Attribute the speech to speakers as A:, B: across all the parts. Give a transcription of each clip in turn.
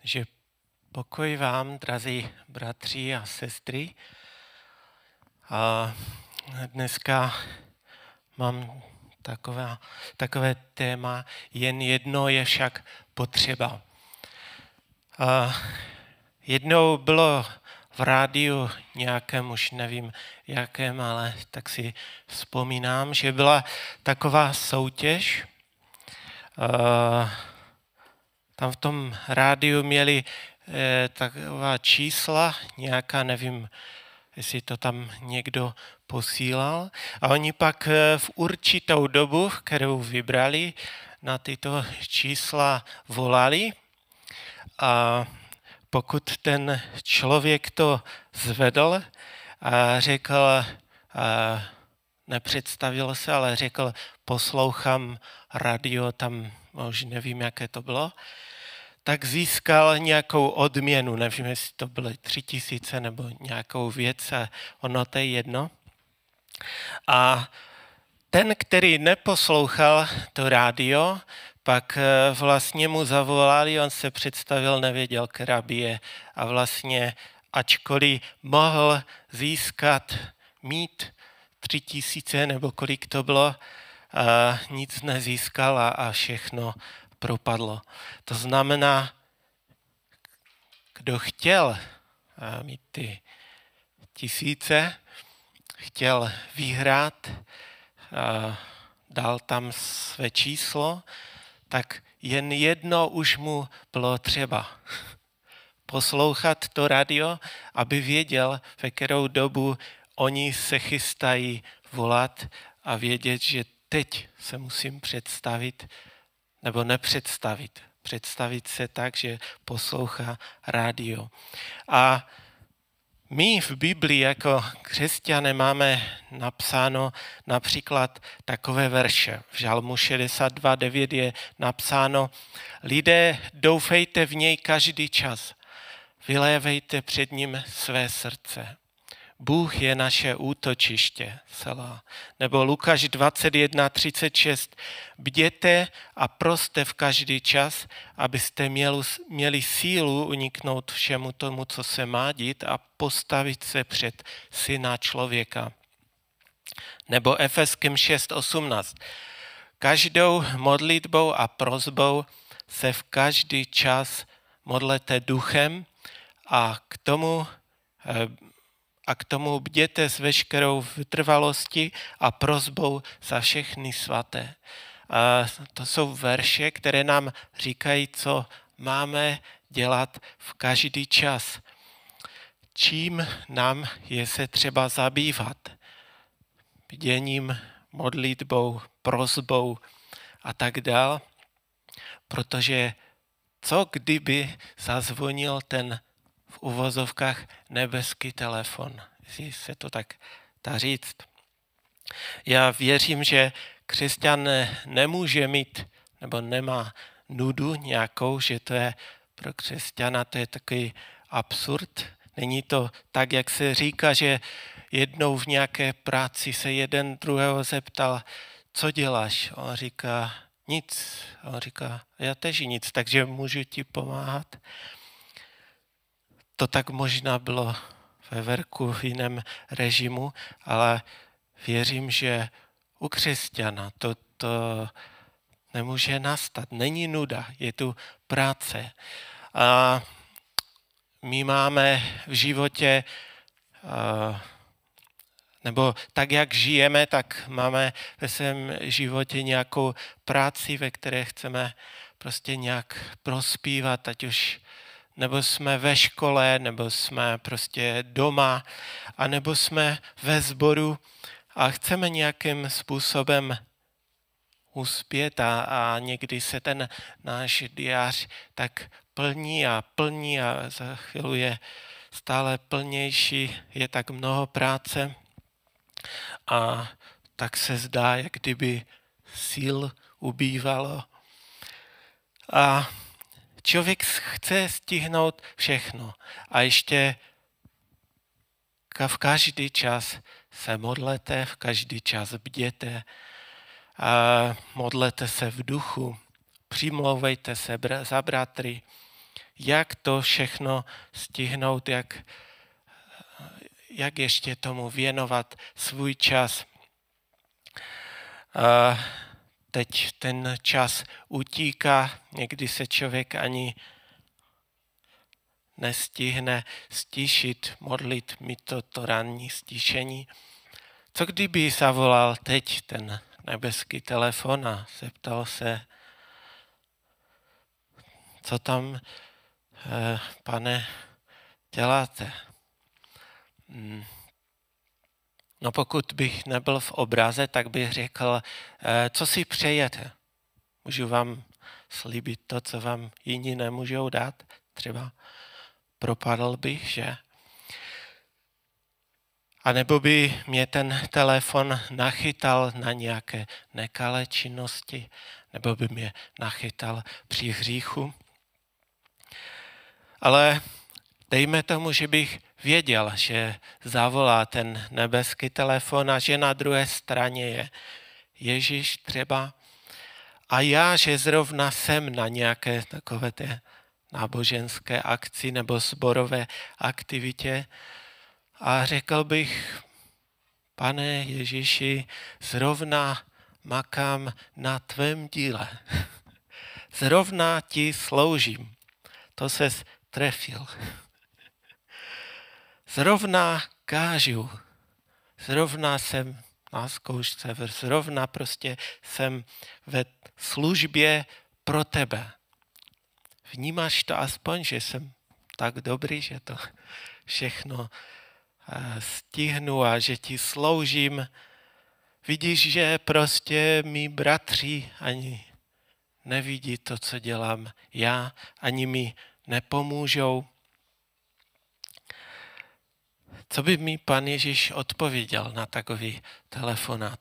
A: že pokoj vám, drazí bratři a sestry. A dneska mám takové téma, jen jedno je však potřeba. A jednou bylo v rádiu nějakém, už nevím jakém, ale tak si vzpomínám, že byla taková soutěž. Tam v tom rádiu měli taková čísla, nějaká, nevím, jestli to tam někdo posílal. A oni pak v určitou dobu, kterou vybrali, na tyto čísla volali. A pokud ten člověk to zvedl a řekl, nepředstavil se, ale řekl, poslouchám radio, tam už nevím, jaké to bylo, tak získal nějakou odměnu, nevím, jestli to byly 3000 nebo nějakou věc, a ono to je jedno. A ten, který neposlouchal to rádio, pak vlastně mu zavolali, on se představil, nevěděl, která bije, a vlastně, ačkoliv mohl mít 3000 nebo kolik to bylo, nic nezískal a všechno propadlo. To znamená, kdo chtěl mít ty 1000, chtěl vyhrát, dal tam své číslo, tak jen jedno už mu bylo třeba. Poslouchat to radio, aby věděl, ve kterou dobu oni se chystají volat, a vědět, že teď se musím představit nebo nepředstavit. Představit se tak, že poslouchá rádio. A my v Biblii jako křesťané máme napsáno například takové verše. V Žalmu 62:9 je napsáno: lidé, doufejte v něj každý čas, vylévejte před ním své srdce. Bůh je naše útočiště, Selah. Nebo Lukáš 21:36. Bděte a proste v každý čas, abyste měli sílu uniknout všemu tomu, co se má dít, a postavit se před Syna člověka. Nebo Efeským 6:18. Každou modlitbou a prosbou se v každý čas modlete duchem a k tomu bděte s veškerou vytrvalostí a prosbou za všechny svaté. A to jsou verše, které nám říkají, co máme dělat v každý čas. Čím nám je se třeba zabývat? Bděním, modlitbou, prosbou a tak dál. Protože co kdyby zazvonil ten v uvozovkách nebeský telefon, jestli se to tak dá říct. Já věřím, že křesťan nemůže mít nebo nemá nudu nějakou, že to je pro křesťana to je takový absurd. Není to tak, jak se říká, že jednou v nějaké práci se jeden druhého zeptal, co děláš? On říká, nic. On říká, já tež nic, takže můžu ti pomáhat. To tak možná bylo ve Verku v jiném režimu, ale věřím, že u křesťana to nemůže nastat. Není nuda, je tu práce. A my máme v životě, nebo tak, jak žijeme, tak máme ve svém životě nějakou práci, ve které chceme prostě nějak prospívat, ať už nebo jsme ve škole, nebo jsme prostě doma, a nebo jsme ve sboru a chceme nějakým způsobem uspět a někdy se ten náš diář tak plní a za chvíli je stále plnější, je tak mnoho práce a tak se zdá, jak kdyby síl ubývalo. A člověk chce stihnout všechno a ještě v každý čas se modlete, v každý čas bděte, a modlete se v duchu, přimlouvejte se za bratry, jak to všechno stihnout, jak ještě tomu věnovat svůj čas. Teď ten čas utíká, někdy se člověk ani nestihne stišit, modlit, mít to ranní stišení. Co kdyby zavolal teď ten nebeský telefon a zeptal se, co tam, pane, děláte? No pokud bych nebyl v obraze, tak bych řekl, co si přejete. Můžu vám slíbit to, co vám jiní nemůžou dát. Třeba propadl bych, že? A nebo by mě ten telefon nachytal na nějaké nekalé činnosti, nebo by mě nachytal při hříchu. Ale dejme tomu, že bych věděl, že zavolá ten nebeský telefon a že na druhé straně je Ježíš třeba. A já, že zrovna jsem na nějaké takové té náboženské akci nebo sborové aktivitě a řekl bych, Pane Ježíši, zrovna makám na tvém díle. Zrovna ti sloužím. To ses trefil. Zrovna kážu. Zrovna jsem na zkoušce, zrovna prostě jsem ve službě pro tebe. Vnímáš to aspoň, že jsem tak dobrý, že to všechno stihnu a že ti sloužím. Vidíš, že prostě mý bratři ani nevidí to, co dělám já, ani mi nepomůžou. Co by mi Pan Ježíš odpověděl na takový telefonát?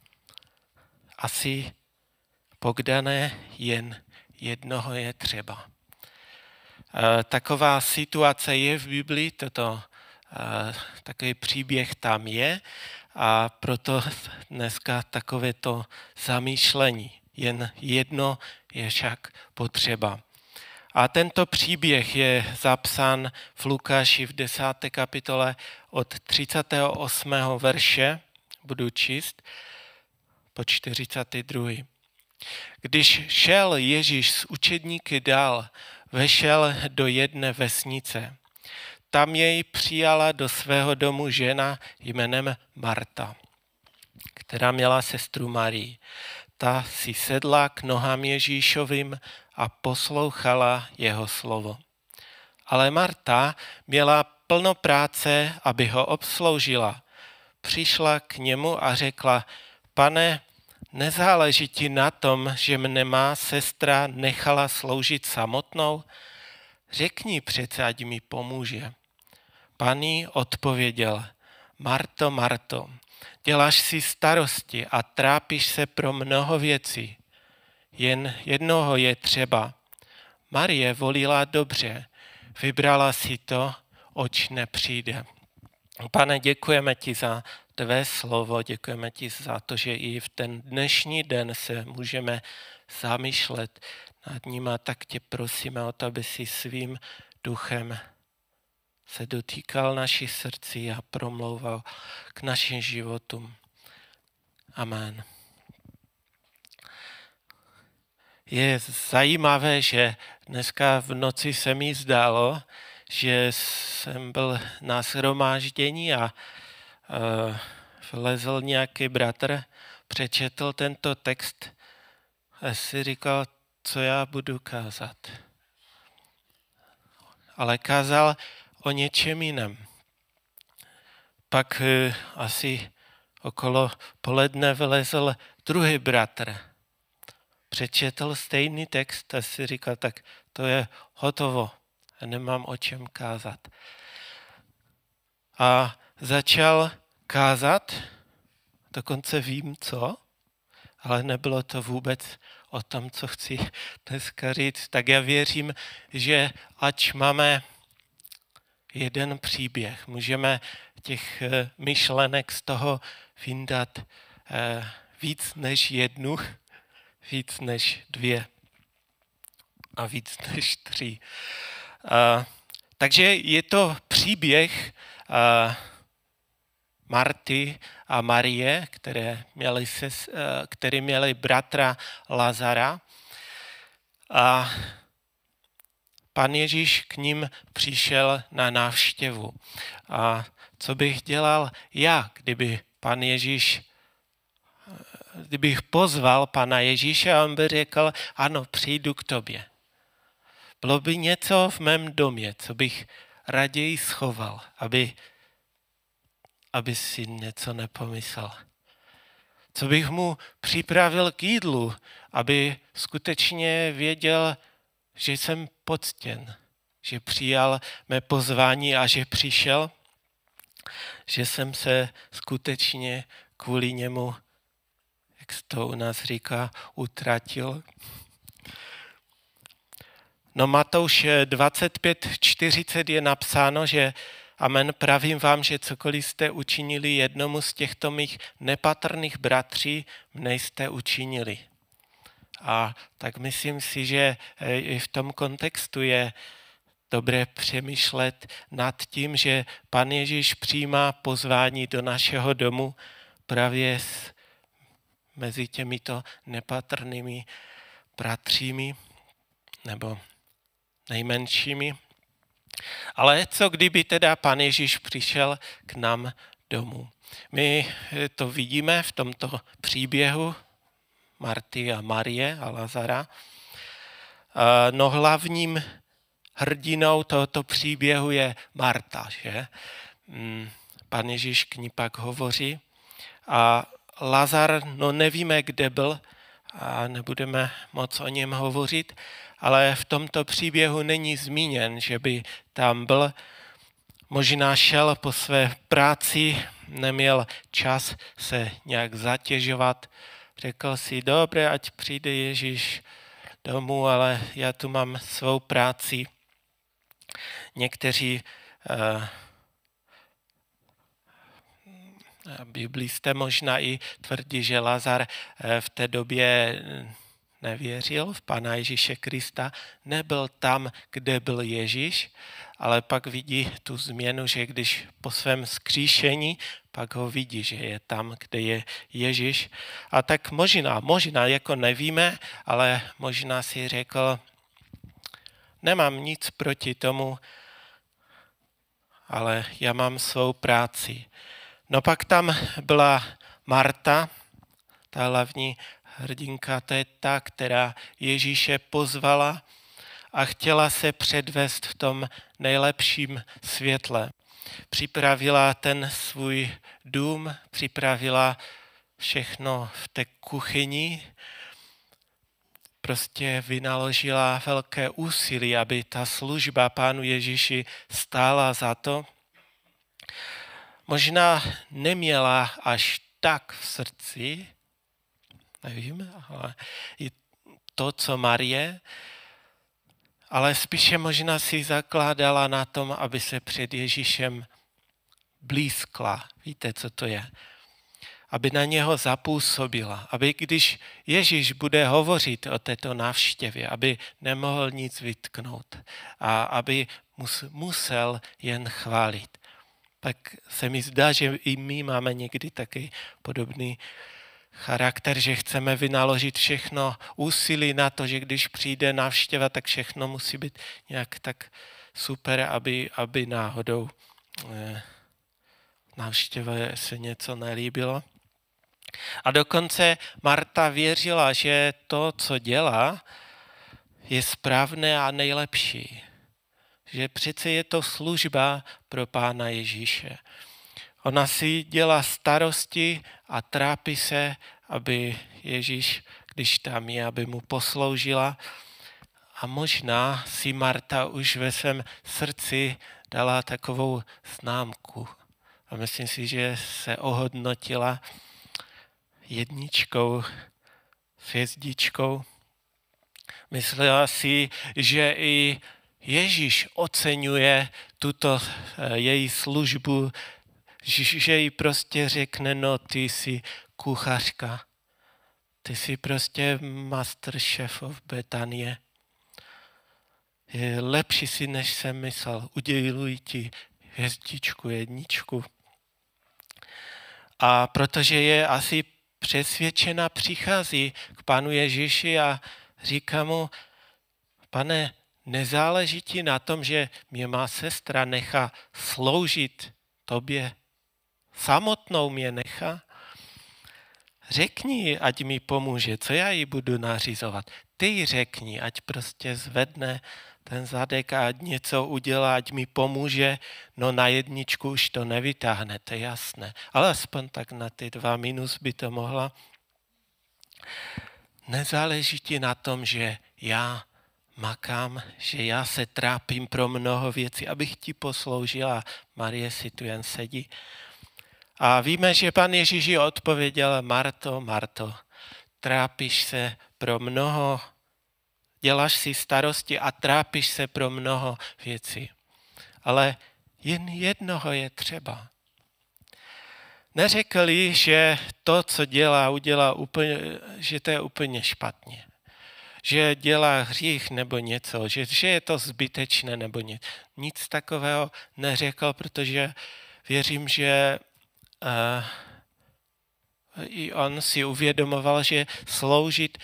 A: Asi Bogdané, jen jednoho je třeba. Taková situace je v Biblii, takový příběh tam je a proto dneska takovéto zamýšlení. Jen jedno je však potřeba. A tento příběh je zapsán v Lukáši v 10. kapitole od 38. verše, budu číst, po 42. Když šel Ježíš s učedníky dál, vešel do jedné vesnice. Tam jej přijala do svého domu žena jménem Marta, která měla sestru Marii. Ta si sedla k nohám Ježíšovým a poslouchala jeho slovo. Ale Marta měla plno práce, aby ho obsloužila. Přišla k němu a řekla, Pane, nezáleží ti na tom, že mne má sestra nechala sloužit samotnou? Řekni přece, ať mi pomůže. Pán jí odpověděl, Marto, Marto, děláš si starosti a trápíš se pro mnoho věcí. Jen jednoho je třeba. Marie volila dobře, vybrala si to, oč nepřijde. Pane, děkujeme ti za tvé slovo, děkujeme ti za to, že i v ten dnešní den se můžeme zamýšlet nad ním a tak tě prosíme o to, aby si svým duchem se dotýkal našich srdcí a promlouval k našim životům. Amen. Je zajímavé, že dneska v noci se mi zdálo, že jsem byl na shromáždění a vlezl nějaký bratr, přečetl tento text a si říkal, co já budu kázat. Ale kázal o něčem jiném. Pak asi okolo poledne vylezl druhý bratr. Přečetl stejný text a si říkal, tak to je hotovo a nemám o čem kázat. A začal kázat, dokonce vím co, ale nebylo to vůbec o tom, co chci dneska říct. Tak já věřím, že ač máme jeden příběh, můžeme těch myšlenek z toho vyndat víc než jednu, víc než dvě a víc než tři. Takže je to příběh Marty a Marie, které měli bratra Lazara. A Pan Ježíš k ním přišel na návštěvu. A co bych dělal já, kdybych pozval Pana Ježíše a on by řekl, ano, přijdu k tobě. Bylo by něco v mém domě, co bych raději schoval, aby si něco nepomyslel. Co bych mu připravil k jídlu, aby skutečně věděl, že jsem poctěn, že přijal mé pozvání a že přišel, že jsem se skutečně kvůli němu, jak se to u nás říká, utratil. No Matouš 25:40 je napsáno, že amen, pravím vám, že cokoliv jste učinili jednomu z těchto mých nepatrných bratří, mne jste učinili. A tak myslím si, že i v tom kontextu je dobré přemýšlet nad tím, že Pan Ježíš přijímá pozvání do našeho domu právě mezi těmito nepatrnými bratřími nebo nejmenšími. Ale co kdyby teda Pan Ježíš přišel k nám domů? My to vidíme v tomto příběhu Marty a Marie a Lazara. No hlavním hrdinou tohoto příběhu je Marta, že? Pan Ježíš k ní pak hovoří. A Lazar, no nevíme, kde byl a nebudeme moc o něm hovořit, ale v tomto příběhu není zmíněn, že by tam byl. Možná šel po své práci, neměl čas se nějak zatěžovat. Řekl si, dobré, ať přijde Ježíš domů, ale já tu mám svou práci. Někteří biblisté možná i tvrdí, že Lazar v té době nevěřil v Pana Ježíše Krista, nebyl tam, kde byl Ježíš, ale pak vidí tu změnu, že když po svém vzkříšení, pak ho vidí, že je tam, kde je Ježíš. A tak možná jako nevíme, ale možná si řekl, nemám nic proti tomu, ale já mám svou práci. No pak tam byla Marta, ta hlavní hrdinka, to je ta, která Ježíše pozvala a chtěla se předvést v tom nejlepším světle. Připravila ten svůj dům, připravila všechno v té kuchyni, prostě vynaložila velké úsilí, aby ta služba Pánu Ježíši stála za to. Možná neměla až tak v srdci, nevím, ale i to, co Marie, ale spíše možná si zakládala na tom, aby se před Ježíšem blízkla. Víte, co to je? Aby na něho zapůsobila. Aby když Ježíš bude hovořit o této návštěvě, aby nemohl nic vytknout a aby musel jen chválit. Tak se mi zdá, že i my máme někdy taky podobný charakter, že chceme vynaložit všechno úsilí na to, že když přijde návštěva, tak všechno musí být nějak tak super, aby náhodou návštěva se něco nelíbilo. A dokonce Marta věřila, že to, co dělá, je správné a nejlepší. Že přece je to služba pro Pána Ježíše. Ona si dělá starosti a trápí se, aby Ježíš, když tam je, aby mu posloužila. A možná si Marta už ve svém srdci dala takovou známku. A myslím si, že se ohodnotila 1, s hvězdičkou. Myslela si, že i Ježíš oceňuje tuto její službu, že jí prostě řekne, no ty jsi kuchařka, ty jsi prostě master chef of Betanie. je lepší si, než jsem myslel. Uděluji ti hvězdičku, jedničku. A protože je asi přesvědčena, přichází k Panu Ježíši a říká mu, Pane, nezáleží ti na tom, že mě má sestra nechá sloužit tobě? Samotnou mě nechá? Řekni, ať mi pomůže, co já jí budu nařizovat. Ty jí řekni, ať prostě zvedne ten zadek a ať něco udělá, ať mi pomůže. No na jedničku už to nevytáhne, to je jasné. Ale aspoň tak na ty 2 minus by to mohla. Nezáleží ti na tom, že já makám, že já se trápím pro mnoho věcí, abych ti posloužila. Marie si tu jen sedí. A víme, že Pan Ježíš jí odpověděl, Marto, Marto, trápíš se pro mnoho, děláš si starosti a trápíš se pro mnoho věcí. Ale jen jednoho je třeba. Neřekl jí, že to, co udělá úplně, že to je úplně špatně. Že dělá hřích nebo něco, že je to zbytečné nebo něco. Nic takového neřekl, protože věřím, že i on si uvědomoval, že sloužit,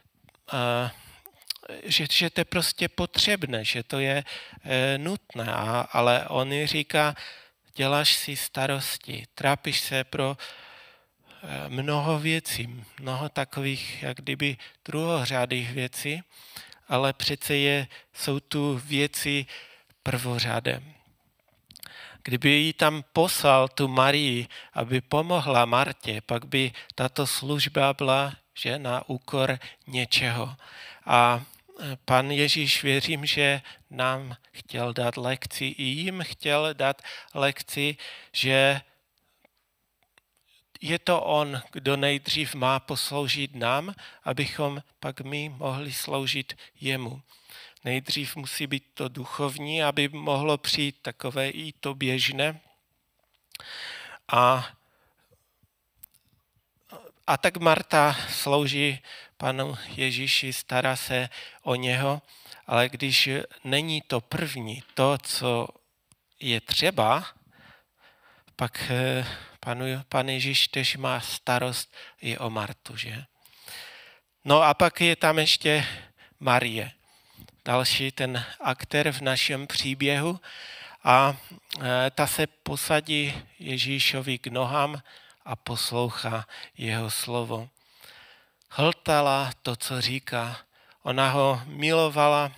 A: že to je prostě potřebné, že to je nutné, ale on jí říká, děláš si starosti, trápíš se pro mnoho věcí, mnoho takových, jak kdyby druhořádých věcí, ale přece jsou tu věci prvořádem. Kdyby jí tam poslal tu Marii, aby pomohla Martě, pak by tato služba byla že na úkor něčeho. A Pan Ježíš, věřím, že nám chtěl dát lekci, i jim chtěl dát lekci, že je to on, kdo nejdřív má posloužit nám, abychom pak my mohli sloužit jemu. Nejdřív musí být to duchovní, aby mohlo přijít takové i to běžné. A tak Marta slouží Panu Ježíši, stará se o něho, ale když není to první, to, co je třeba, pak Pan Ježíš tež má starost i o Martu, že? No a pak je tam ještě Marie, další ten aktér v našem příběhu, a ta se posadí Ježíšovi k nohám a poslouchá jeho slovo. Hltala to, co říká. Ona ho milovala,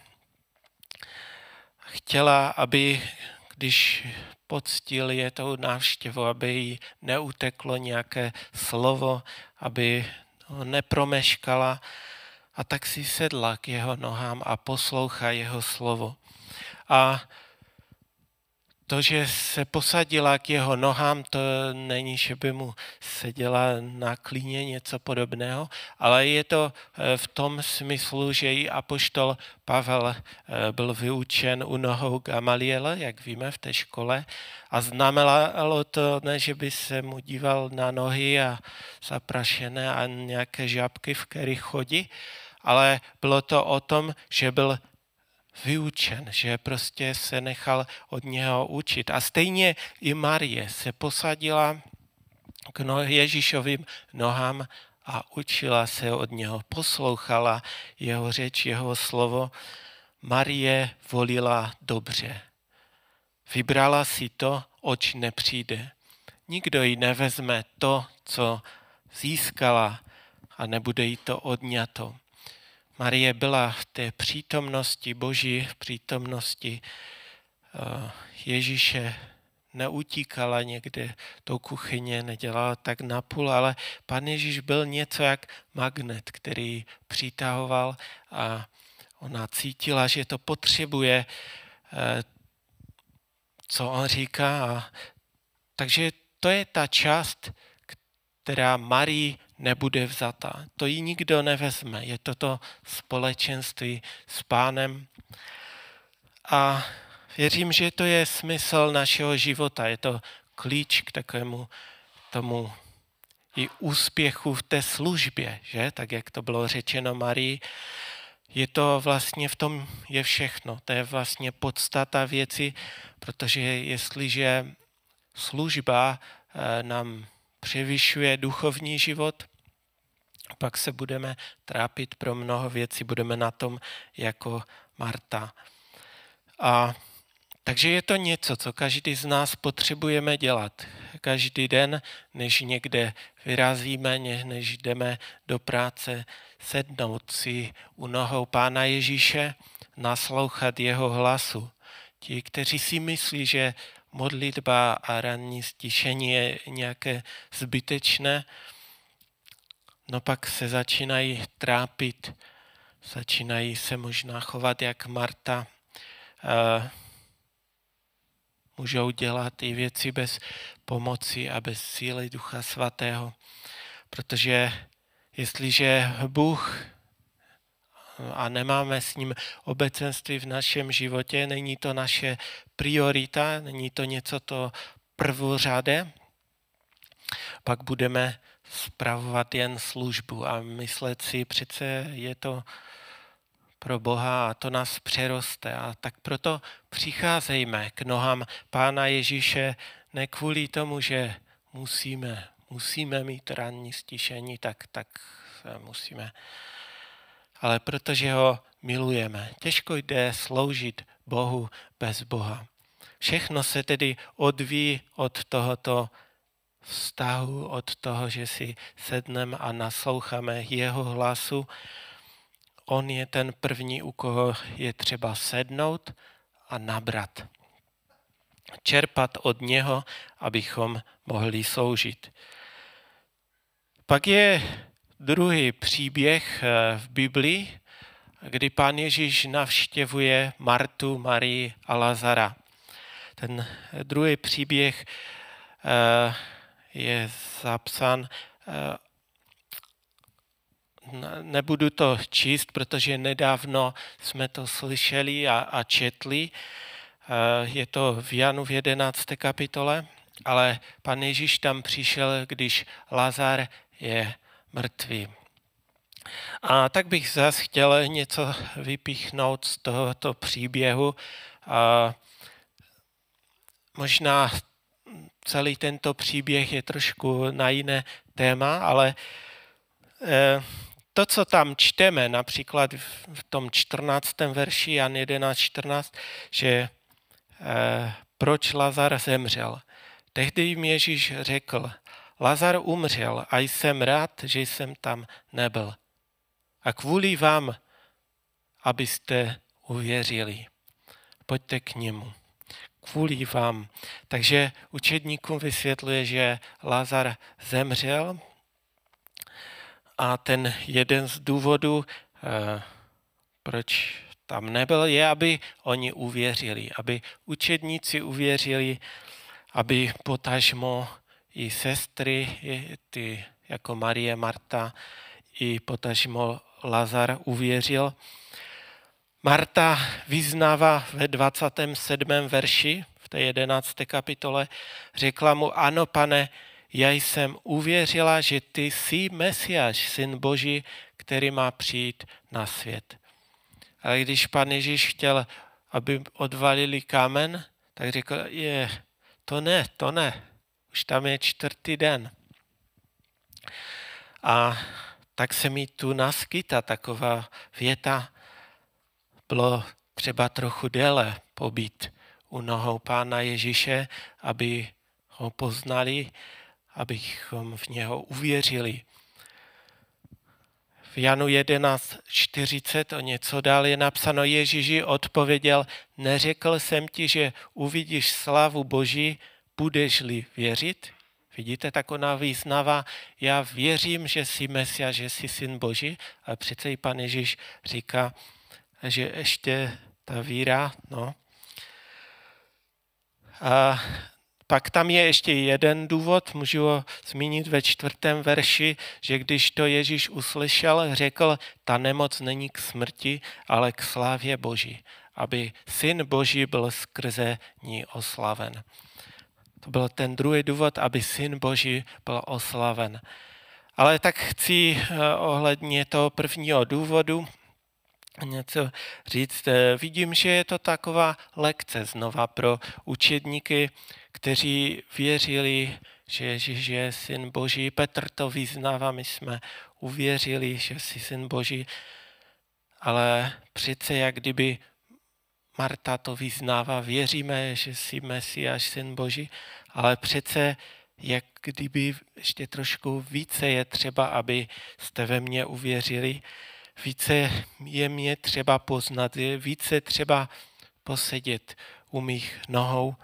A: chtěla, aby, když poctil je tou návštěvou, aby jí neuteklo nějaké slovo, aby ho nepromeškala, a tak si sedla k jeho nohám a poslouchá jeho slovo. A to, že se posadila k jeho nohám, to není, že by mu seděla na klíně něco podobného, ale je to v tom smyslu, že i apoštol Pavel byl vyučen u nohou Gamaliela, jak víme, v té škole, a znamenalo to, ne, že by se mu díval na nohy a zaprašené a nějaké žábky, v kterých chodí, ale bylo to o tom, že byl vyučen, že prostě se nechal od něho učit. A stejně i Marie se posadila k Ježíšovým nohám a učila se od něho, poslouchala jeho řeč, jeho slovo. Marie volila dobře. Vybrala si to, oč nepřijde. Nikdo jí nevezme to, co získala, a nebude jí to odňato. Marie byla v té přítomnosti Boží, v přítomnosti Ježíše, neutíkala někde do kuchyně, nedělala tak napůl, ale Pan Ježíš byl něco jak magnet, který přitahoval, a ona cítila, že to potřebuje, co on říká. Takže to je ta část, která Marii nebude vzata. To ji nikdo nevezme. Je to společenství s Pánem. A věřím, že to je smysl našeho života. Je to klíč k takovému tomu i úspěchu v té službě, že? Tak jak to bylo řečeno Marii. je to vlastně v tom je všechno. To je vlastně podstata věci, protože jestliže služba nám převyšuje duchovní život, pak se budeme trápit pro mnoho věcí, budeme na tom jako Marta. Takže je to něco, co každý z nás potřebujeme dělat. Každý den, než někde vyrazíme, než jdeme do práce, sednout si u nohou Pána Ježíše, naslouchat jeho hlasu. Ti, kteří si myslí, že modlitba a ranní stišení je nějaké zbytečné, no pak se začínají trápit, začínají se možná chovat jak Marta, můžou dělat i věci bez pomoci a bez síly Ducha Svatého. Protože jestliže Bůh a nemáme s ním obecenství v našem životě, není to naše priorita, není to něco to prvořadé, pak budeme spravovat jen službu a myslet si, přece je to pro Boha a to nás přeroste. A tak proto přicházejme k nohám Pána Ježíše ne kvůli tomu, že musíme mít ranní stišení, tak musíme. Ale protože ho milujeme. Těžko jde sloužit Bohu bez Boha. Všechno se tedy odvíjí od tohoto vztahu, od toho, že si sedneme a nasloucháme jeho hlasu. On je ten první, u koho je třeba sednout a nabrat. Čerpat od něho, abychom mohli sloužit. Pak je druhý příběh v Biblii, kdy Pán Ježíš navštěvuje Martu, Marii a Lazara. Ten druhý příběh je zapsán, nebudu to číst, protože nedávno jsme to slyšeli a četli. Je to v Janu v 11. kapitole, ale Pan Ježíš tam přišel, když Lazar je mrtvý. A tak bych zase chtěl něco vypíchnout z tohoto příběhu. Možná celý tento příběh je trošku na jiné téma, ale to, co tam čteme, například v tom 14. verši Jan 11.14, že proč Lazar zemřel. Tehdy jim Ježíš řekl, Lazar umřel a jsem rád, že jsem tam nebyl. A kvůli vám, abyste uvěřili. Pojďte k němu. Kvůli vám. Takže učedníkům vysvětluje, že Lazar zemřel a ten jeden z důvodů, proč tam nebyl, je, aby oni uvěřili, aby učedníci uvěřili, aby potažmo i sestry, ty jako Marie, Marta, i potažmo Lazar uvěřil. Marta vyznává ve 27. verši, v té 11. kapitole, řekla mu, ano, Pane, já jsem uvěřila, že ty jsi Mesiáš, Syn Boží, který má přijít na svět. Ale když Pan Ježíš chtěl, aby odvalili kámen, tak řekl, to ne, už tam je 4. den. A tak se mi tu naskytá taková věta, bylo třeba trochu déle pobít u nohou Pána Ježíše, aby ho poznali, abychom v něho uvěřili. V Janu 11.40 o něco dál je napsáno, Ježíši odpověděl, neřekl jsem ti, že uvidíš slávu Boží, budeš-li věřit? Vidíte, tak ona vyznává, já věřím, že jsi Mesiáš, že jsi Syn Boží, a přece i Pan Ježíš říká, že ještě ta víra, no. A pak tam je ještě jeden důvod, můžu ho zmínit ve 4. verši, že když to Ježíš uslyšel, řekl, ta nemoc není k smrti, ale k slávě Boží, aby Syn Boží byl skrze ní oslaven. To byl ten druhý důvod, aby Syn Boží byl oslaven. Ale tak chci ohledně toho prvního důvodu něco říct. Vidím, že je to taková lekce znova pro učedníky, kteří věřili, že Ježíš je syn Boží. Petr to vyznává, my jsme uvěřili, že jsi syn Boží, ale přece jak kdyby Marta to vyznává, věříme, že jsi Mesiáš, syn Boží, ale přece jak kdyby ještě trošku více je třeba, aby jste ve mně uvěřili, více je mě třeba poznat, je více třeba posedět u mých nohou.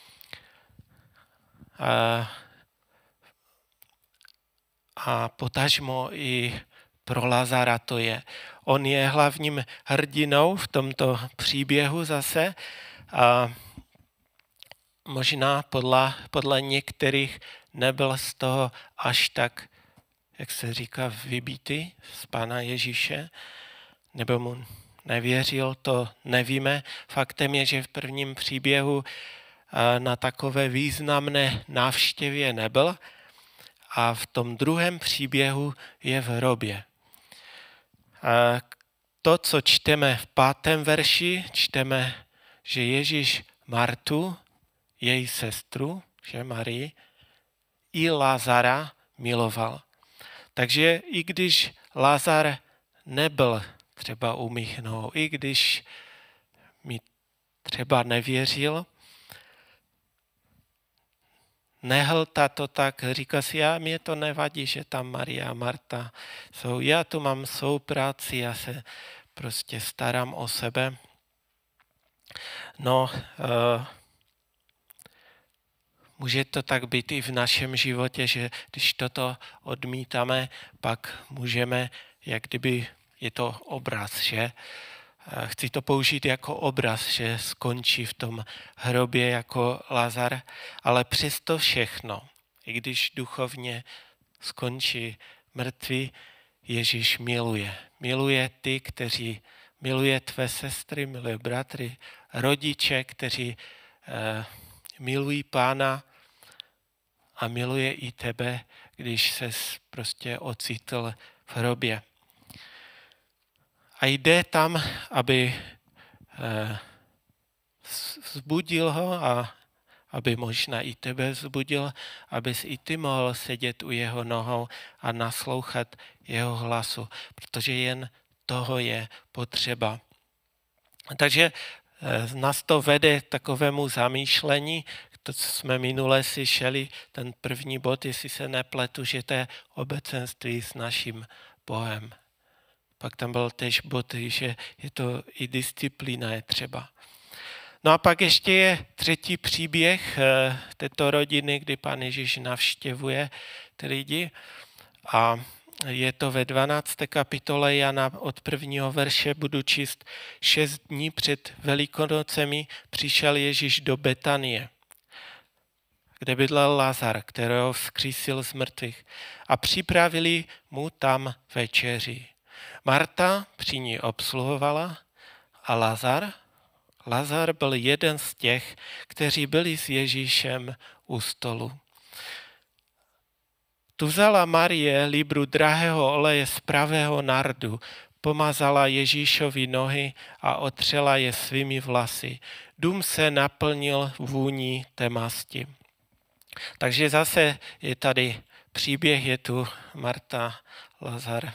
A: A potažmo i pro Lazara to je. On je hlavním hrdinou v tomto příběhu zase. A možná podle některých nebyl z toho až tak, jak se říká, vybitý z Pána Ježíše, nebo mu nevěřil, to nevíme. Faktem je, že v prvním příběhu na takové významné návštěvě nebyl a v tom druhém příběhu je v hrobě. To, co čteme v 5. verši, čteme, že Ježíš Martu, její sestru, že Marii, i Lazara miloval. Takže i když Lazar nebyl třeba u mých nohou, i když mi třeba nevěřil, nehltá to tak, říká si, mě to nevadí, že tam Maria a Marta jsou, já tu mám svou práci, já se prostě starám o sebe. No, může to tak být i v našem životě, že když toto odmítáme, pak můžeme, jak kdyby je to obraz, že? Chci to použít jako obraz, že skončí v tom hrobě jako Lazar, ale přesto všechno, i když duchovně skončí mrtvý, Ježíš miluje. Miluje ty, kteří miluje tvé sestry, miluje bratry, rodiče, kteří milují Pána a miluje i tebe, když ses prostě ocitl v hrobě. A jde tam, aby vzbudil ho a aby možná i tebe vzbudil, abys i ty mohl sedět u jeho nohou a naslouchat jeho hlasu, protože jen toho je potřeba. Takže nás to vede takovému zamýšlení, to, co jsme minule slyšeli, ten první bod, jestli se nepletu, že to je obecenství s naším Bohem. Pak tam byl tež bod, že je to i disciplína je třeba. No a pak ještě je třetí příběh této rodiny, kdy Pán Ježíš navštěvuje ty lidi a je to ve 12. kapitole Jana od 1. verše, budu číst 6 dní před Velikonocemi přišel Ježíš do Betanie, kde bydlel Lazar, kterého vzkřísil z mrtvých a připravili mu tam večeři. Marta při ní obsluhovala a Lazar byl jeden z těch, kteří byli s Ježíšem u stolu. Tu vzala Marie libru drahého oleje z pravého nardu, pomazala Ježíšovi nohy a otřela je svými vlasy. Dům se naplnil vůní té masti. Takže zase je tady příběh, je tu Marta, Lazar,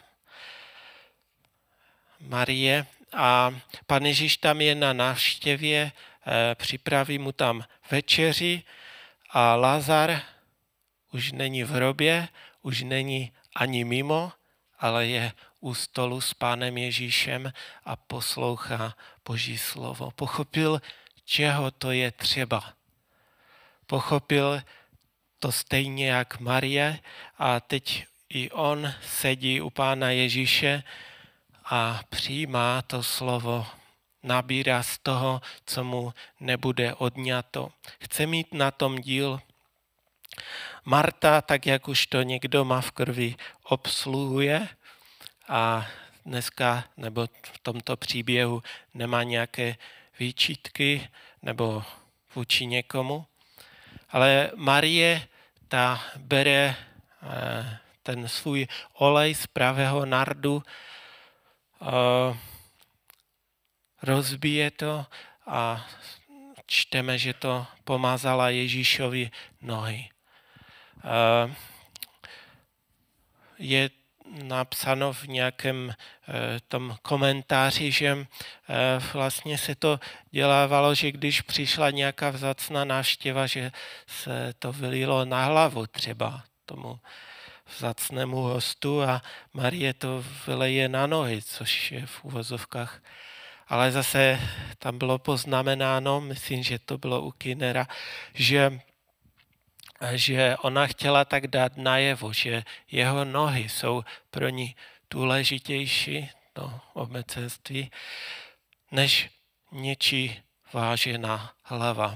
A: Marie a Pan Ježíš tam je na návštěvě, připraví mu tam večeři a Lazar už není v hrobě, už není ani mimo, ale je u stolu s Pánem Ježíšem a poslouchá Boží slovo. Pochopil, čeho to je třeba. Pochopil to stejně jak Marie a teď i on sedí u Pána Ježíše a přijímá to slovo, nabírá z toho, co mu nebude odňato. Chce mít na tom díl. Marta, tak jak už to někdo má v krvi, obsluhuje a dneska nebo v tomto příběhu nemá nějaké výčitky nebo vůči někomu. Ale Marie, ta bere ten svůj olej z pravého nardu rozbije to a čteme, že to pomazala Ježíšovi nohy. Je napsáno v nějakém tom komentáři, že vlastně se to dělávalo, že když přišla nějaká vzácná návštěva, že se to vylilo na hlavu třeba tomu vzácnému hostu a Marie to vyleje na nohy, což je v uvozovkách. Ale zase tam bylo poznamenáno, myslím, že to bylo u Kinnera, že ona chtěla tak dát najevo, že jeho nohy jsou pro ní důležitější, to obecenství, než něčí vážená hlava.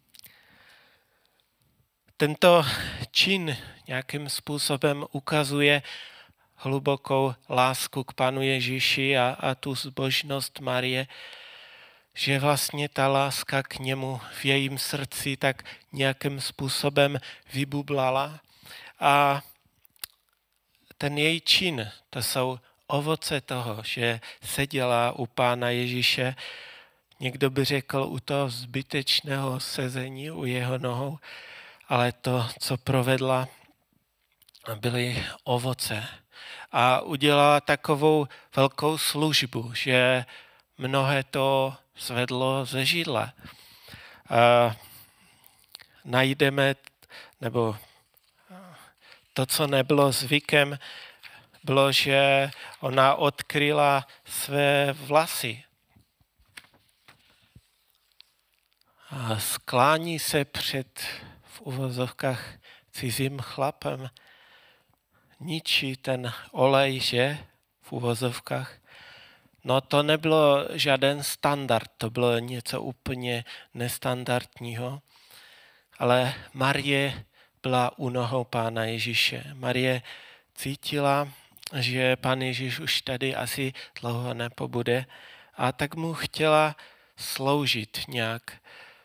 A: Tento čin nějakým způsobem ukazuje hlubokou lásku k Panu Ježíši a tu zbožnost Marie, že vlastně ta láska k němu v jejím srdci tak nějakým způsobem vybublala a ten její čin, to jsou ovoce toho, že seděla u Pána Ježíše, někdo by řekl u toho zbytečného sezení u jeho nohou, ale to, co provedla, byly ovoce. A udělala takovou velkou službu, že mnohé to zvedlo ze židle. Najdeme, nebo to, co nebylo zvykem, bylo, že ona odkryla své vlasy. A sklání se před v uvozovkách cizím chlapem, ničí ten olej, že v uvozovkách. No to nebylo žádný standard, to bylo něco úplně nestandardního, ale Marie byla u nohou Pána Ježíše. Marie cítila, že Pán Ježíš už tady asi dlouho nepobude a tak mu chtěla sloužit nějak.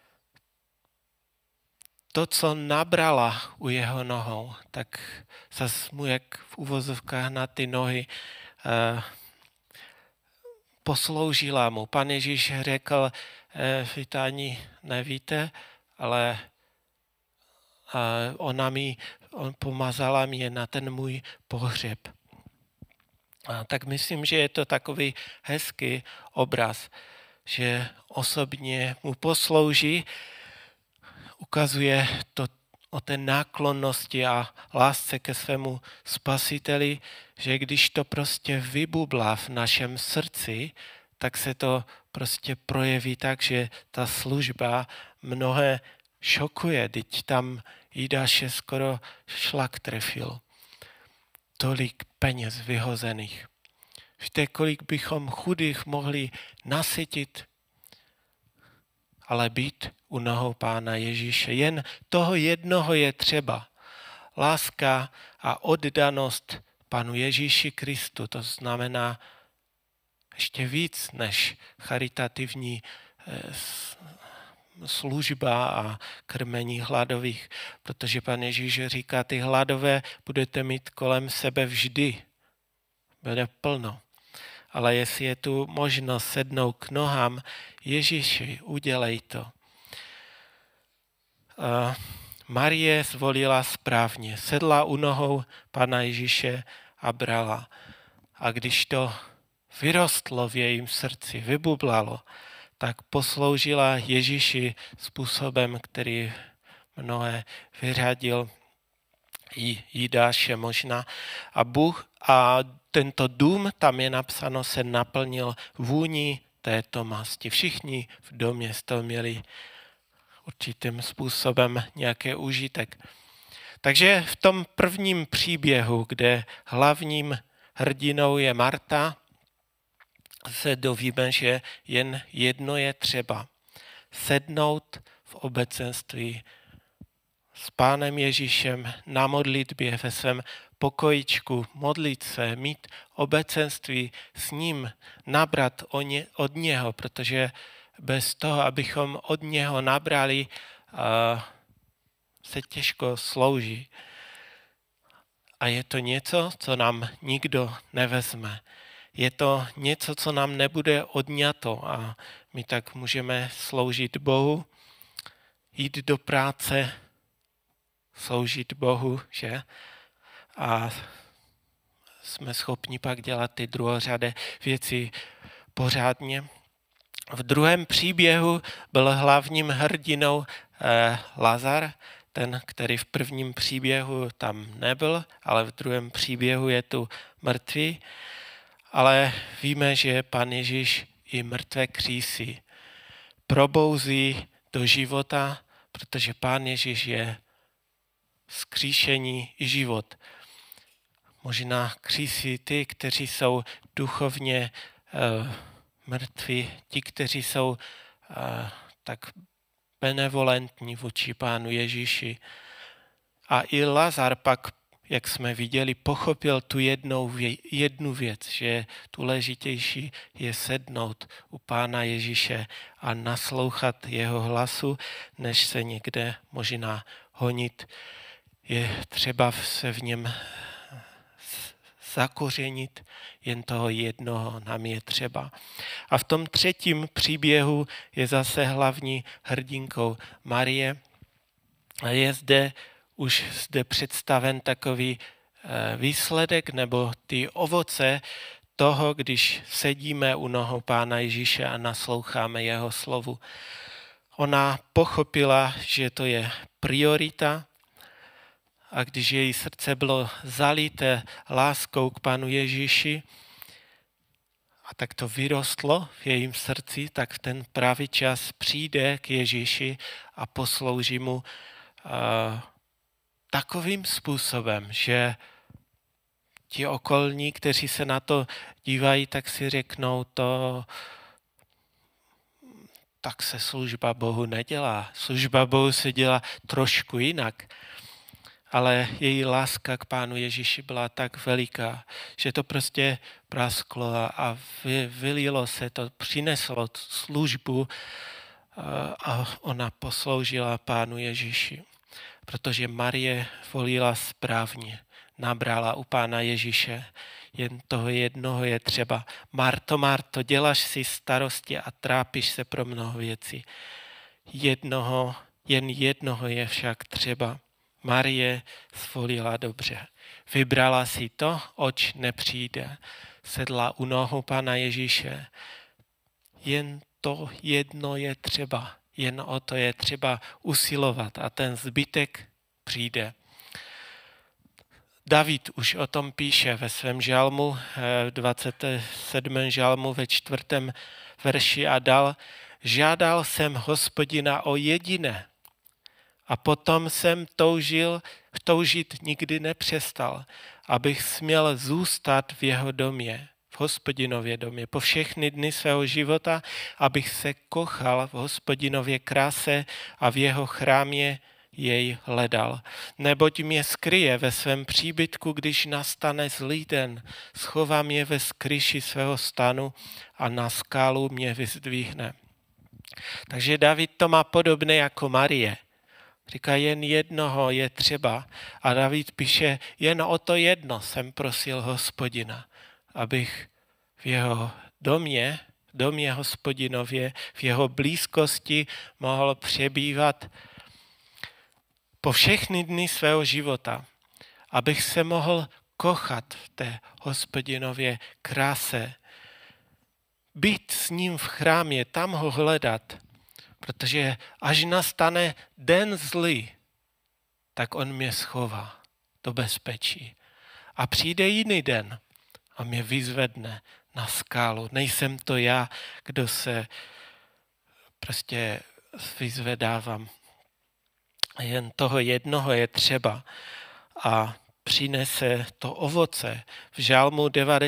A: To, co nabrala u jeho nohou, tak zas mu jak v uvozovkách na ty nohy posloužila mu. Pan Ježíš řekl, vy to ani nevíte, ale on pomazala mě na ten můj pohřeb. A tak myslím, že je to takový hezký obraz, že osobně mu poslouží, ukazuje to o té náklonnosti a lásce ke svému spasiteli, že když to prostě vybublá v našem srdci, tak se to prostě projeví tak, že ta služba mnohé šokuje. Teď tam Jidáše skoro šlak trefil. Tolik peněz vyhozených. Víte, kolik bychom chudých mohli nasytit, ale být u nohou Pána Ježíše. Jen toho jednoho je třeba. Láska a oddanost Panu Ježíši Kristu, to znamená ještě víc než charitativní služba a krmení hladových, protože Pan Ježíš říká, ty hladové budete mít kolem sebe vždy. Bude plno. Ale jestli je tu možnost sednout k nohám Ježíši, udělej to. Marie zvolila správně, sedla u nohou Pana Ježíše a brala. A když to vyrostlo v jejím srdci, vybublalo, tak posloužila Ježíši způsobem, který mnohé vyřadil i Jidáše možná. A Bůh a tento dům, tam je napsáno, se naplnil vůní této masti. Všichni v domě z toho měli určitým způsobem nějaký užitek. Takže v tom prvním příběhu, kde hlavním hrdinou je Marta, se dovíme, že jen jedno je třeba. Sednout v obecenství s Pánem Ježíšem na modlitbě ve svém pokojičku, modlit se, mít obecenství s ním, nabrat od něho, protože bez toho, abychom od něho nabrali, se těžko slouží. A je to něco, co nám nikdo nevezme. Je to něco, co nám nebude odňato a my tak můžeme sloužit Bohu, jít do práce, sloužit Bohu, že? A jsme schopni pak dělat ty druhořadé věci pořádně. V druhém příběhu byl hlavním hrdinou Lazar, ten, který v prvním příběhu tam nebyl, ale v druhém příběhu je tu mrtvý. Ale víme, že Pán Ježíš i mrtvé křísí probouzí do života, protože Pán Ježíš je vzkříšení i život. Možná křísí ty, kteří jsou duchovně mrtví, ti, kteří jsou tak benevolentní vůči Pánu Ježíši. A i Lazar pak, jak jsme viděli, pochopil tu jednu věc, že důležitější je sednout u Pána Ježíše a naslouchat jeho hlasu, než se někde možná honit. Je třeba se v něm zakořenit, jen toho jednoho nám je třeba. A v tom třetím příběhu je zase hlavní hrdinkou Marie. A je už zde představen takový výsledek nebo ty ovoce toho, když sedíme u nohou Pána Ježíše a nasloucháme jeho slovu. Ona pochopila, že to je priorita, a když její srdce bylo zalité láskou k Pánu Ježíši a tak to vyrostlo v jejím srdci, tak v ten pravý čas přijde k Ježíši a poslouží mu takovým způsobem, že ti okolní, kteří se na to dívají, tak si řeknou, tak se služba Bohu nedělá. Služba Bohu se dělá trošku jinak. Ale její láska k Pánu Ježíši byla tak veliká, že to prostě prasklo a vylilo se to, přineslo službu a ona posloužila Pánu Ježíši. Protože Marie volila správně, nabrala u Pána Ježíše. Jen toho jednoho je třeba. Marto, Marto, děláš si starosti a trápíš se pro mnoho věcí. Jen jednoho je však třeba. Marie zvolila dobře. Vybrala si to, oč nepřijde. Sedla u nohou Pána Ježíše. Jen to jedno je třeba. Jen o to je třeba usilovat a ten zbytek přijde. David už o tom píše ve svém žalmu, 27. žalmu ve 4. verši a dal: žádal jsem Hospodina o jediné a potom jsem toužit nikdy nepřestal, abych směl zůstat v jeho domě, v Hospodinově domě, po všechny dny svého života, abych se kochal v Hospodinově kráse a v jeho chrámě jej hledal. Neboť mě skryje ve svém příbytku, když nastane zlý den, schová mě ve skryši svého stanu a na skálu mě vyzdvihne. Takže David to má podobné jako Marie. Říká, jen jednoho je třeba. A David píše, jen o to jedno jsem prosil Hospodina, abych v jeho domě Hospodinově, v jeho blízkosti mohl přebývat po všechny dny svého života, abych se mohl kochat v té Hospodinově kráse, být s ním v chrámě, tam ho hledat, protože až nastane den zlý, tak on mě schová do bezpečí. A přijde jiný den a mě vyzvedne na skálu. Nejsem to já, kdo se prostě vyzvedávám. Jen toho jednoho je třeba a přinese to ovoce. V žalmu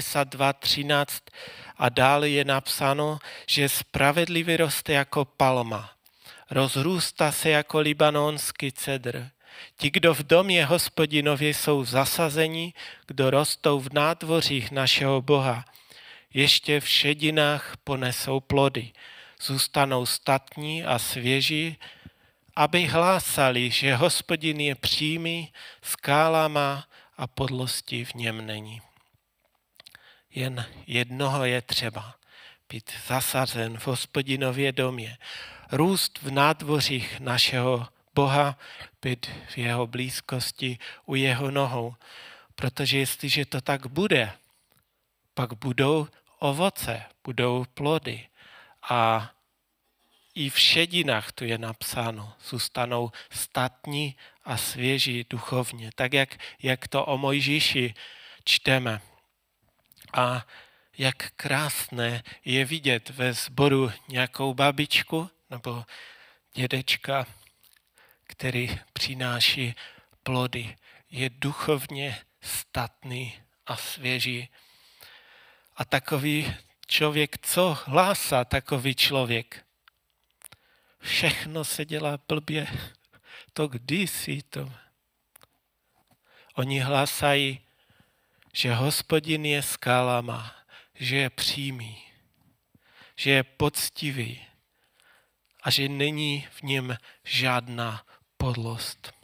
A: 92:13 a dále je napsáno, že spravedlivý roste jako palma, rozrůstá se jako libanonský cedr. Ti, kdo v domě Hospodinově jsou zasazeni, kdo rostou v nádvořích našeho Boha, ještě v šedinách ponesou plody, zůstanou statní a svěží, aby hlásali, že Hospodin je přímý, skála má a podlosti v něm není. Jen jednoho je třeba. Být zasazen v Hospodinově domě. Růst v nádvořích našeho Boha, být v jeho blízkosti u jeho nohou. Protože jestliže to tak bude, pak budou ovoce, budou plody. A i v šedinách, tu je napsáno, zůstanou statní a svěží duchovně. Tak, jak to o Mojžíši čteme. A jak krásné je vidět ve sboru nějakou babičku nebo dědečka, který přináší plody. Je duchovně statný a svěží. A takový člověk, co hlásá takový člověk? Všechno se dělá blbě. To kdysi to. Oni hlásají, že Hospodin je skála má, že je přímý, že je poctivý a že není v něm žádná podlost.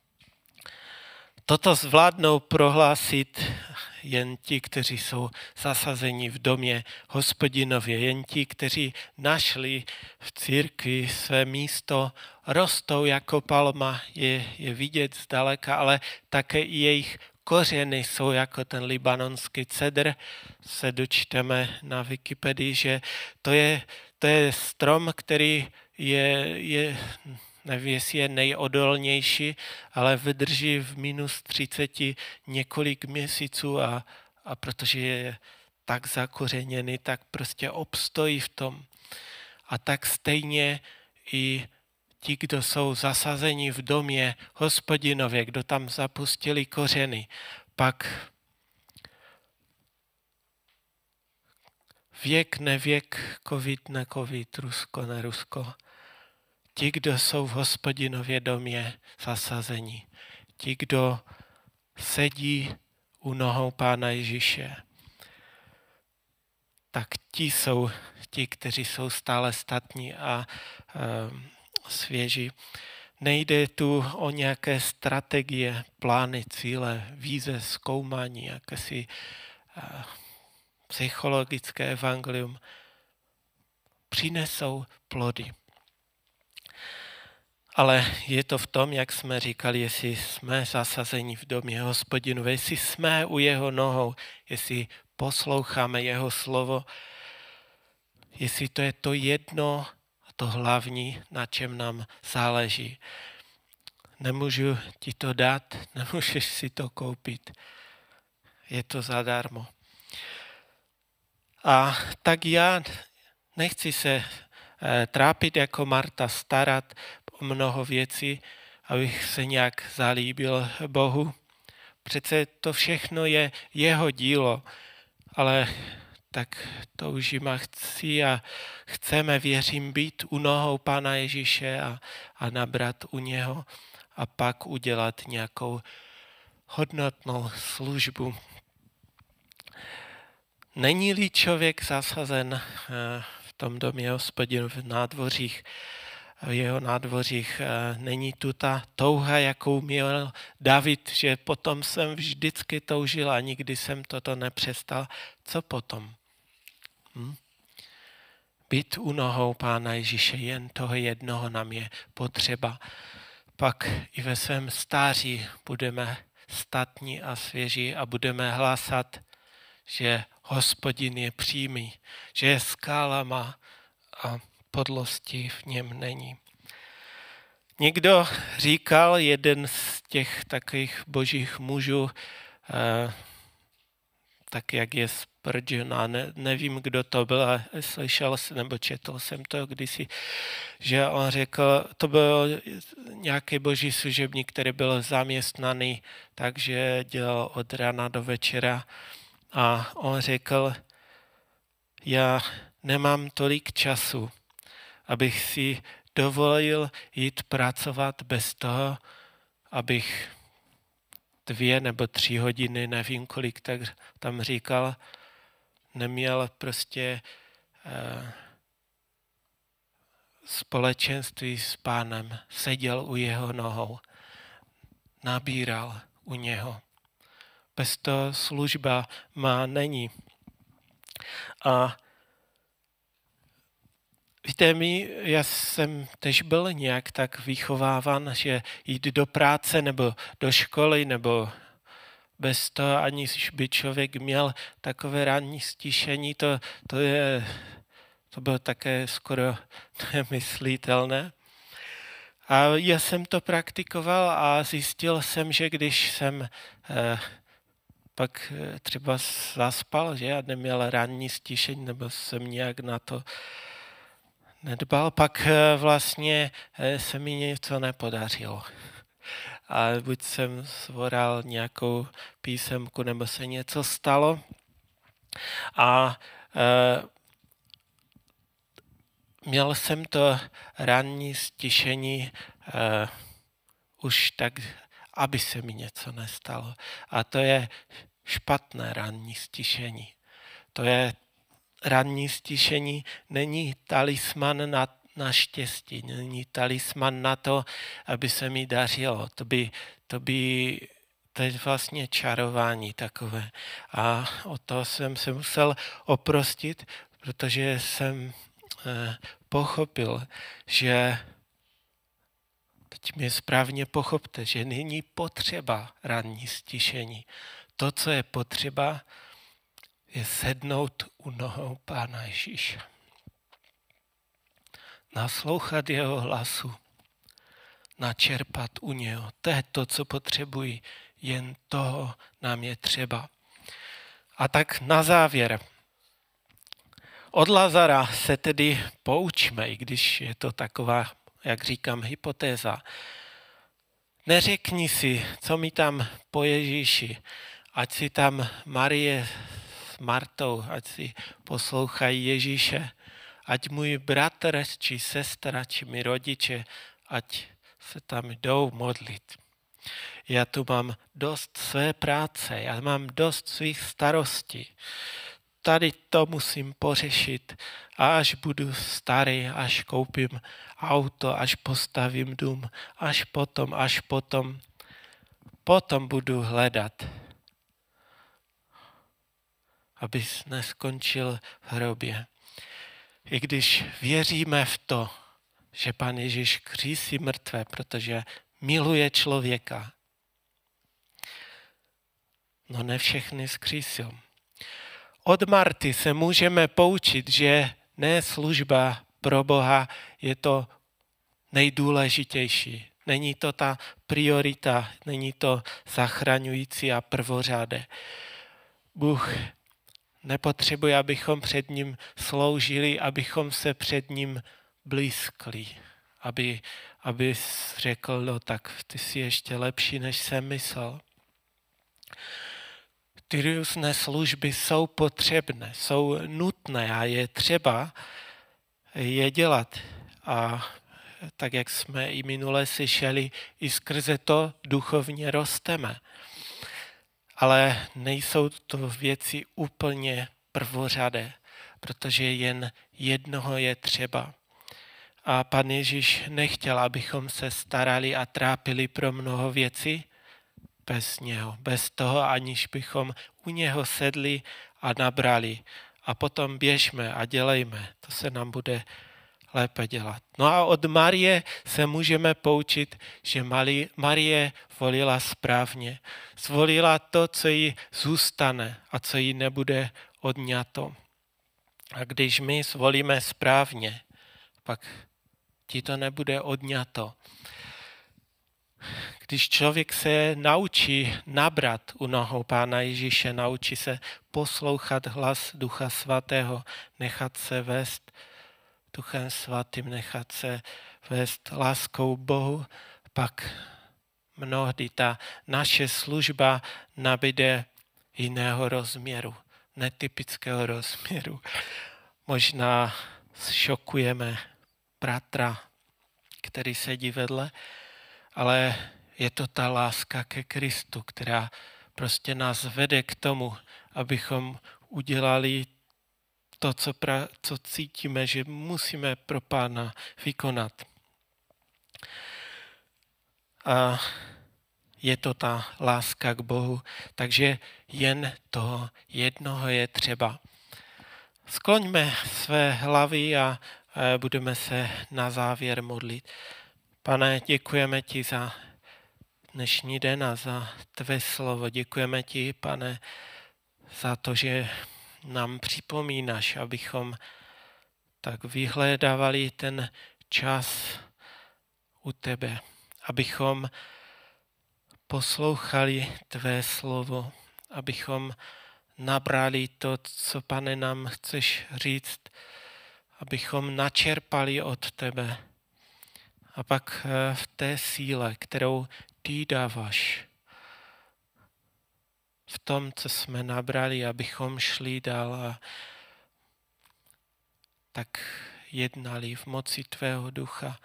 A: Toto zvládnou prohlásit jen ti, kteří jsou zasazeni v domě Hospodinově, jen ti, kteří našli v církvi své místo, rostou jako palma, je vidět zdaleka, ale také i jejich kořeny jsou jako ten libanonský cedr. Se dočteme na Wikipedii, že to je strom, který je nevím, jestli je nejodolnější, ale vydrží v -30 několik měsíců a protože je tak zakořeněný, tak prostě obstojí v tom. A tak stejně i ti, kdo jsou zasazeni v domě Hospodinově, kdo tam zapustili kořeny, pak věk nevěk, covid necovid, Rusko nerusko. Ti, kdo jsou v Hospodinově domě zasazeni, ti, kdo sedí u nohou Pána Ježíše, tak ti jsou ti, kteří jsou stále statní a svěží. Nejde tu o nějaké strategie, plány, cíle, víze, zkoumání, jakési psychologické evangelium. Přinesou plody. Ale je to v tom, jak jsme říkali, jestli jsme zasazeni v domě Hospodinu, jestli jsme u jeho nohou, jestli posloucháme jeho slovo, jestli to je to jedno a to hlavní, na čem nám záleží. Nemůžu ti to dát, nemůžeš si to koupit. Je to zadarmo. A tak já nechci se trápit jako Marta, starat o mnoho věcí, abych se nějak zalíbil Bohu. Přece to všechno je jeho dílo, ale tak toužím a chci a chceme, věřím, být u nohou Pána Ježíše a nabrat u něho a pak udělat nějakou hodnotnou službu. Není-li člověk zasazen v tom domě Hospodinu v nádvořích, v jeho nádvořích, není tu ta touha, jakou měl David, že potom jsem vždycky toužil a nikdy jsem toto nepřestal. Co potom? Být u nohou Pána Ježíše, jen toho jednoho nám je potřeba. Pak i ve svém stáří budeme statní a svěží a budeme hlásat, že Hospodin je přímý, že je skála má a podlosti v něm není. Někdo říkal, jeden z těch takových božích mužů, tak jak je Spurgeon, a nevím, kdo to byl, ale slyšel jsem, nebo četl jsem to kdysi, že on řekl, to byl nějaký boží služebník, který byl zaměstnaný, takže dělal od rána do večera. A on řekl, já nemám tolik času, abych si dovolil jít pracovat bez toho, abych 2 nebo 3 hodiny, nevím kolik, tak tam říkal, neměl prostě společenství s Pánem, seděl u jeho nohou, nabíral u něho. Bez toho služba má není. A víte, já jsem tež byl nějak tak vychováván, že jít do práce nebo do školy nebo bez toho, aniž by člověk měl takové ranní stišení, to bylo také skoro nemyslitelné. A já jsem to praktikoval a zjistil jsem, že když jsem pak třeba zaspal, že já neměl ranní stišení, nebo jsem nějak na to nedbal, pak vlastně se mi něco nepodařilo. A buď jsem zvoral nějakou písemku, nebo se něco stalo. A měl jsem to ranní stišení už tak, aby se mi něco nestalo. A to je špatné ranní stišení. To je ranní stišení, není talisman na štěstí, není talisman na to, aby se mi dařilo. To je vlastně čarování takové. A o to jsem se musel oprostit, protože jsem pochopil, že teď mě správně pochopte, že není potřeba ranní stišení. To, co je potřeba, je sednout u nohou Pána Ježíše. Naslouchat jeho hlasu, načerpat u něho. To je to, co potřebuji, jen toho nám je třeba. A tak na závěr. Od Lazara se tedy poučme, i když je to taková, jak říkám, hypotéza. Neřekni si, co mi tam po Ježíši, ať si tam Marie s Martou, ať si poslouchají Ježíše, ať můj bratr, či sestra, či mi rodiče, ať se tam jdou modlit. Já tu mám dost své práce, já mám dost svých starostí. Tady to musím pořešit, až budu starý, až koupím auto, až postavím dům, až potom budu hledat, abys neskončil v hrobě. I když věříme v to, že Pán Ježíš křísí mrtvé, protože miluje člověka, no ne všechny zkřísil. Od Marty se můžeme poučit, že ne služba pro Boha je to nejdůležitější. Není to ta priorita, není to zachraňující a prvořadé. Bůh nepotřebuje, abychom před ním sloužili, abychom se před ním blízkli. Aby řekl, no tak ty jsi ještě lepší, než jsem myslel. Ty různé služby jsou potřebné, jsou nutné a je třeba je dělat. A tak, jak jsme i minule slyšeli, i skrze to duchovně rosteme. Ale nejsou to věci úplně prvořadé, protože jen jednoho je třeba. A Pan Ježíš nechtěl, abychom se starali a trápili pro mnoho věcí bez něho, bez toho, aniž bychom u něho sedli a nabrali. A potom běžme a dělejme, to se nám bude lépe dělat. No a od Marie se můžeme poučit, že Marie volila správně. Zvolila to, co jí zůstane a co jí nebude odňato. A když my zvolíme správně, pak ti to nebude odňato. Když člověk se naučí nabrat u nohou Pána Ježíše, naučí se poslouchat hlas Ducha Svatého, nechat se vést Duchem Svatým, nechat se vést láskou Bohu, pak mnohdy ta naše služba nabyde jiného rozměru, netypického rozměru. Možná šokujeme bratra, který sedí vedle, ale je to ta láska ke Kristu, která prostě nás vede k tomu, abychom udělali to, co cítíme, že musíme pro Pána vykonat. A je to ta láska k Bohu, takže jen toho jednoho je třeba. Skloňme své hlavy a budeme se na závěr modlit. Pane, děkujeme ti za dnešní den a za tvé slovo. Děkujeme ti, Pane, za to, že nám připomínáš, abychom tak vyhledávali ten čas u tebe, abychom poslouchali tvé slovo, abychom nabrali to, co, Pane, nám chceš říct, abychom načerpali od tebe. A pak v té síle, kterou ty dáváš, v tom, co jsme nabrali, abychom šli dál a tak jednali v moci tvého ducha.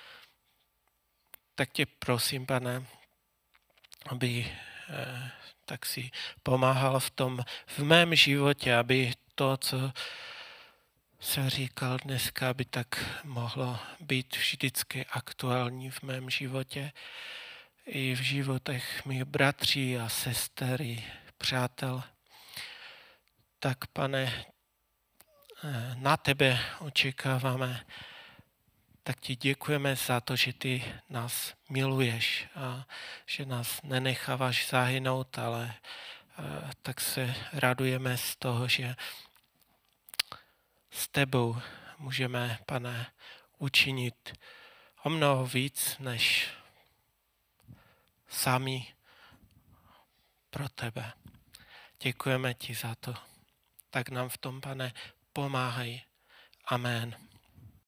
A: Tak tě prosím, Pane, aby tak si pomáhal v mém životě, aby to, co jsem říkal dneska, aby tak mohlo být vždycky aktuální v mém životě i v životech mých bratří a sester i přátel. Tak, Pane, na tebe očekáváme, tak ti děkujeme za to, že ty nás miluješ a že nás nenecháváš zahynout, ale tak se radujeme z toho, že s tebou můžeme, Pane, učinit o mnoho víc, než sami pro tebe. Děkujeme ti za to. Tak nám v tom, Pane, pomáhaj. Amen.